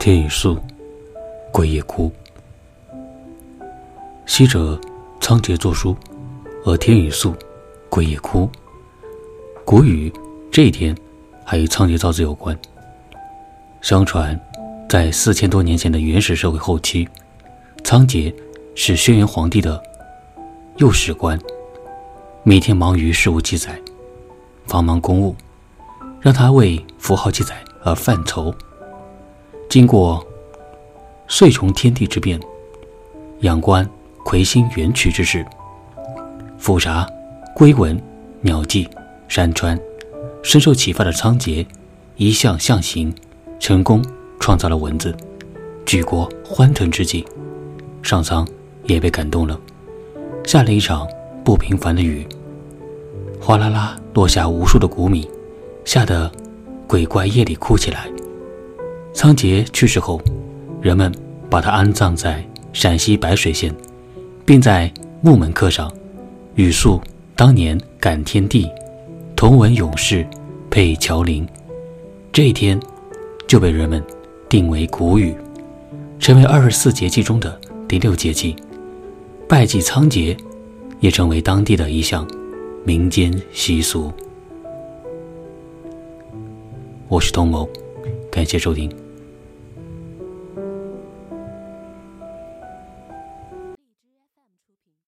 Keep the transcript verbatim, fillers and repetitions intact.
天已素，鬼也哭。昔者仓颉作书，而天已素，鬼也哭。古语这一天还与仓颉造字有关。相传在四千多年前的原始社会后期，仓颉是轩辕皇帝的右史官，每天忙于事务记载，繁忙公务让他为符号记载而犯愁。经过岁崇天地之变，仰观魁星元曲之事，复查龟文、鸟迹、山川，深受启发的仓颉一项象形，成功创造了文字，举国欢腾之际，上苍也被感动了，下了一场不平凡的雨，哗啦啦落下无数的谷米，吓得鬼怪夜里哭起来。仓颉去世后，人们把他安葬在陕西白水县，并在墓门刻上语述当年感天地，同文永世配乔林。这一天就被人们定为谷雨，成为二十四节气中的第六节气。拜祭仓颉也成为当地的一项民间习俗。我是东谋，感谢收听。